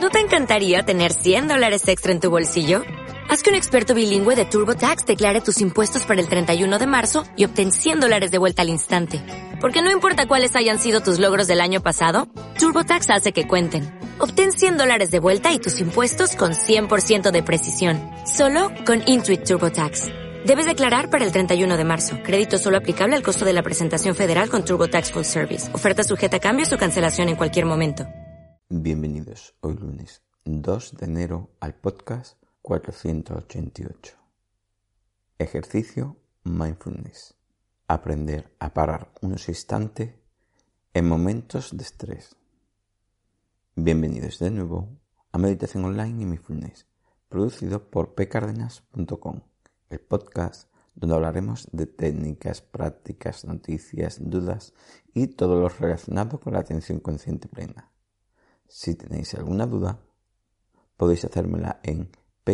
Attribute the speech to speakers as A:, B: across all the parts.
A: ¿No te encantaría tener $100 extra en tu bolsillo? Haz que un experto bilingüe de TurboTax declare tus impuestos para el 31 de marzo y obtén $100 de vuelta al instante. Porque no importa cuáles hayan sido tus logros del año pasado, TurboTax hace que cuenten. Obtén $100 de vuelta y tus impuestos con 100% de precisión. Solo con Intuit TurboTax. Debes declarar para el 31 de marzo. Crédito solo aplicable al costo de la presentación federal con TurboTax Full Service. Oferta sujeta a cambios o cancelación en cualquier momento.
B: Bienvenidos hoy lunes 2 de enero al podcast 488. Ejercicio Mindfulness. Aprender a parar unos instantes en momentos de estrés. Bienvenidos de nuevo a Meditación Online y Mindfulness, producido por pcardenas.com, el podcast donde hablaremos de técnicas, prácticas, noticias, dudas y todo lo relacionado con la atención consciente plena. Si tenéis alguna duda, podéis hacérmela en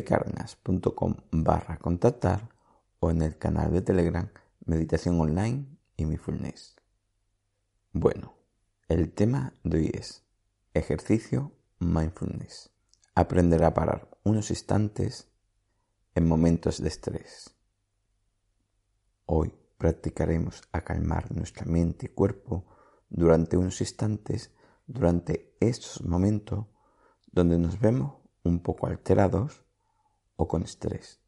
B: pcardenas.com/contactar o en el canal de Telegram Meditación Online y Mindfulness. Bueno, el tema de hoy es ejercicio Mindfulness. Aprender a parar unos instantes en momentos de estrés. Hoy practicaremos a calmar nuestra mente y cuerpo durante unos instantes durante estos momentos donde nos vemos un poco alterados o con estrés.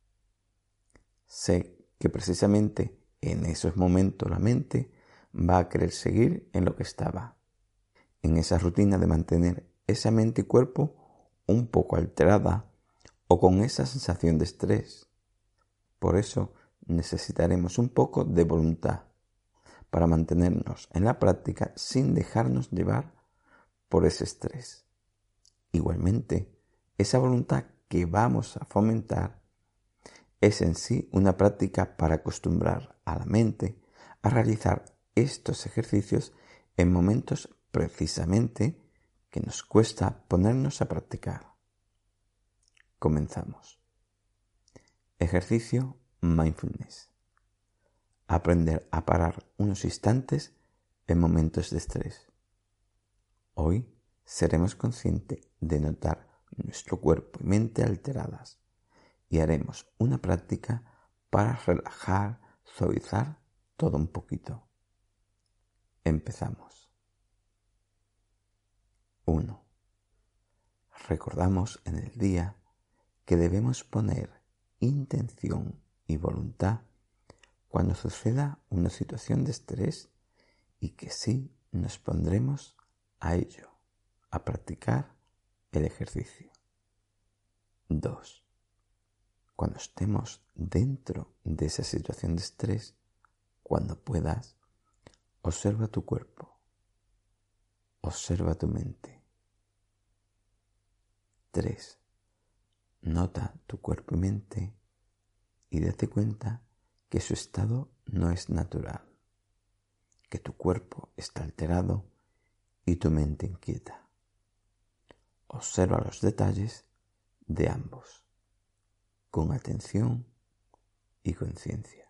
B: Sé que precisamente en esos momentos la mente va a querer seguir en lo que estaba, en esa rutina de mantener esa mente y cuerpo un poco alterada o con esa sensación de estrés. Por eso necesitaremos un poco de voluntad para mantenernos en la práctica sin dejarnos llevar por ese estrés. Igualmente, esa voluntad que vamos a fomentar es en sí una práctica para acostumbrar a la mente a realizar estos ejercicios en momentos precisamente que nos cuesta ponernos a practicar. Comenzamos. Ejercicio Mindfulness. Aprender a parar unos instantes en momentos de estrés. Hoy seremos conscientes de notar nuestro cuerpo y mente alteradas y haremos una práctica para relajar, suavizar todo un poquito. Empezamos. 1. Recordamos en el día que debemos poner intención y voluntad cuando suceda una situación de estrés y que sí nos pondremos a ello, a practicar el ejercicio. 2. Cuando estemos dentro de esa situación de estrés, cuando puedas, observa tu cuerpo, observa tu mente. 3. Nota tu cuerpo y mente y date cuenta que su estado no es natural, que tu cuerpo está alterado y tu mente inquieta. Observa los detalles de ambos, con atención y conciencia.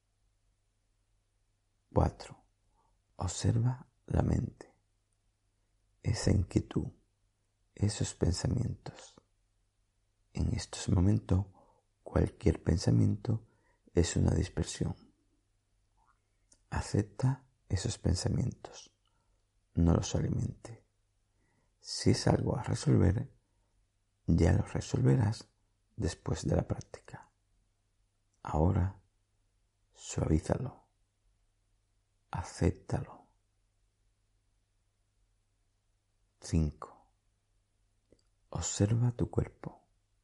B: 4. Observa la mente, esa inquietud, esos pensamientos. En estos momentos, cualquier pensamiento es una dispersión. Acepta esos pensamientos, no los alimente. Si es algo a resolver, ya lo resolverás después de la práctica. Ahora, suavízalo, acéptalo. 5. Observa tu cuerpo,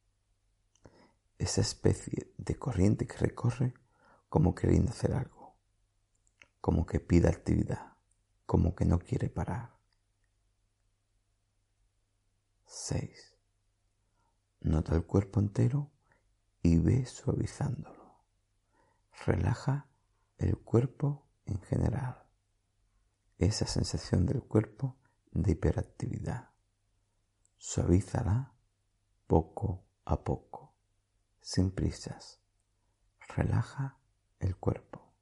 B: esa especie de corriente que recorre como queriendo hacer algo, como que pide actividad, como que no quiere parar. 6. Nota el cuerpo entero y ve suavizándolo. Relaja el cuerpo en general. Esa sensación del cuerpo de hiperactividad. Suavízala poco a poco, sin prisas. Relaja el cuerpo.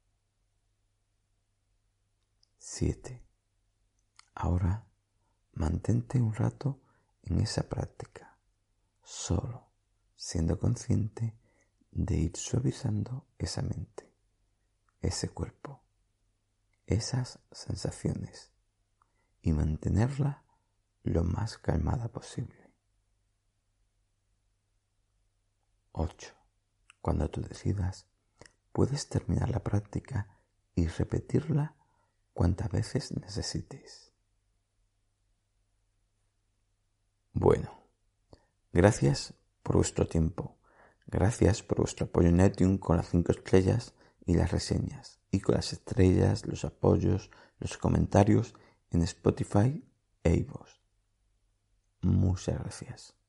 B: 7. Ahora mantente un rato en esa práctica, solo siendo consciente de ir suavizando esa mente, ese cuerpo, esas sensaciones y mantenerla lo más calmada posible. 8. Cuando tú decidas, puedes terminar la práctica y repetirla cuantas veces necesites. Bueno, gracias por vuestro tiempo. Gracias por vuestro apoyo en iTunes con las 5 estrellas y las reseñas, y con las estrellas, los apoyos, los comentarios en Spotify e iVoox. Muchas gracias.